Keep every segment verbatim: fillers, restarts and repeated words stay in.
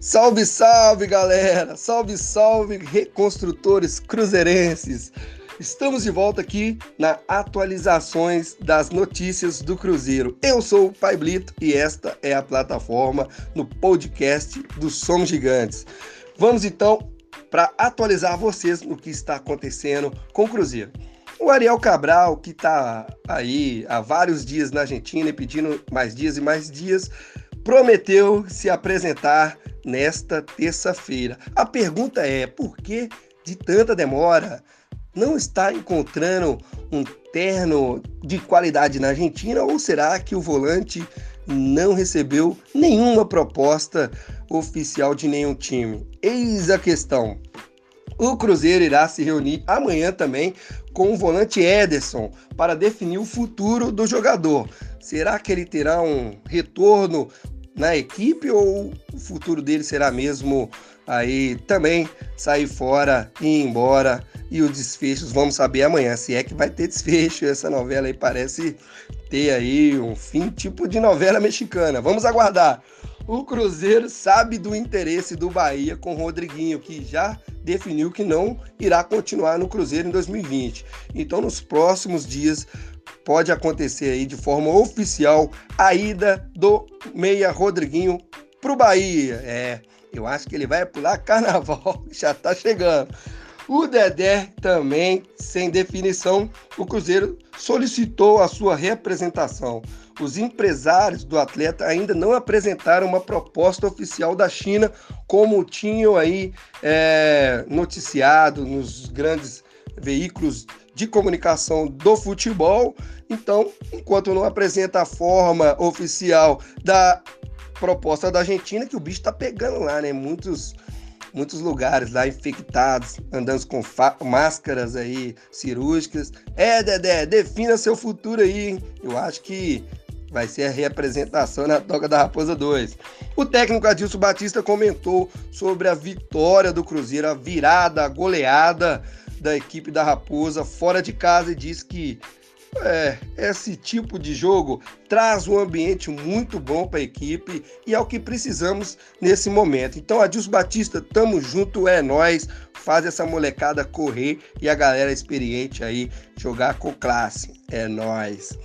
Salve, salve, galera! Salve, salve, reconstrutores cruzeirenses! Estamos de volta aqui na atualizações das notícias do Cruzeiro. Eu sou o Pai Blito e esta é a plataforma no podcast do Somos Gigantes. Vamos então para atualizar vocês no que está acontecendo com o Cruzeiro. O Ariel Cabral, que está aí há vários dias na Argentina e pedindo mais dias e mais dias, prometeu se apresentar nesta terça-feira. A pergunta é, por que de tanta demora? Não está encontrando um terno de qualidade na Argentina ou será que o volante não recebeu nenhuma proposta oficial de nenhum time? Eis a questão. O Cruzeiro irá se reunir amanhã também com o volante Ederson para definir o futuro do jogador. Será que ele terá um retorno na equipe ou o futuro dele será mesmo aí também sair fora e ir embora? E os desfechos vamos saber amanhã, se é que vai ter desfecho. Essa novela aí parece ter aí um fim tipo de novela mexicana. Vamos aguardar. O Cruzeiro sabe do interesse do Bahia com o Rodriguinho, que já definiu que não irá continuar no Cruzeiro em dois mil e vinte. Então, nos próximos dias, pode acontecer aí de forma oficial a ida do meia Rodriguinho para o Bahia. É, eu acho que ele vai pular carnaval, já está chegando. O Dedé também, sem definição, o Cruzeiro solicitou a sua reapresentação. Os empresários do atleta ainda não apresentaram uma proposta oficial da China, como tinham aí é, noticiado nos grandes veículos de comunicação do futebol. Então, enquanto não apresenta a forma oficial da proposta da Argentina, que o bicho está pegando lá, né? Muitos... Muitos lugares lá infectados, andando com fa- máscaras aí cirúrgicas. É, Dedé, defina seu futuro aí, hein? Eu acho que vai ser a reapresentação na Toca da Raposa dois. O técnico Adilson Batista comentou sobre a vitória do Cruzeiro, a virada, a goleada da equipe da Raposa fora de casa e disse que É, esse tipo de jogo traz um ambiente muito bom para a equipe e é o que precisamos nesse momento. Então, Adilson Batista, tamo junto, é nóis, faz essa molecada correr e a galera experiente aí jogar com classe, é nóis.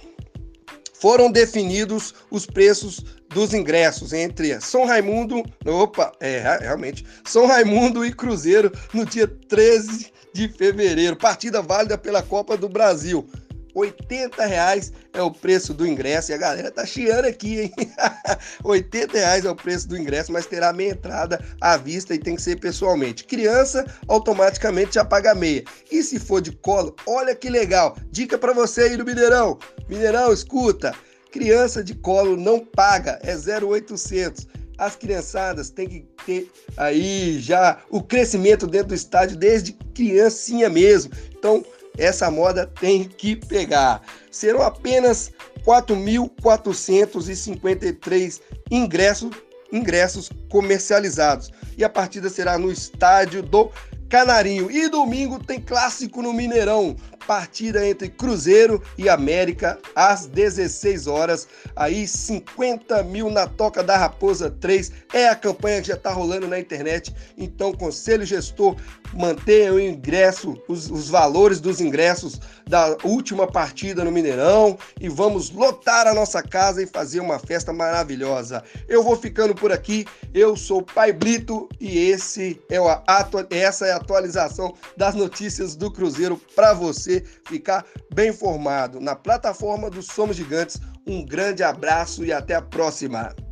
Foram definidos os preços dos ingressos entre São Raimundo, opa, é, realmente, São Raimundo e Cruzeiro no dia treze de fevereiro, partida válida pela Copa do Brasil. oitenta reais é o preço do ingresso e a galera tá chiando aqui, hein? oitenta reais é o preço do ingresso, mas terá meia entrada à vista e tem que ser pessoalmente. Criança, automaticamente já paga meia. E se for de colo, olha que legal. Dica pra você aí do Mineirão. Mineirão, escuta. Criança de colo não paga, é zero oitocentos. As criançadas têm que ter aí já o crescimento dentro do estádio desde criancinha mesmo. Então, essa moda tem que pegar. Serão apenas quatro mil quatrocentos e cinquenta e três ingressos, ingressos comercializados. E a partida será no estádio do Canarinho. E domingo tem clássico no Mineirão. Partida entre Cruzeiro e América às dezesseis horas. Aí cinquenta mil na Toca da Raposa três. É a campanha que já está rolando na internet. Então, conselho gestor, mantenha o ingresso, os, os valores dos ingressos da última partida no Mineirão. E vamos lotar a nossa casa e fazer uma festa maravilhosa. Eu vou ficando por aqui. Eu sou o Pai Blito e esse é o, atu, essa é a atualização das notícias do Cruzeiro para você ficar bem informado na plataforma do Somos Gigantes. Um grande abraço e até a próxima!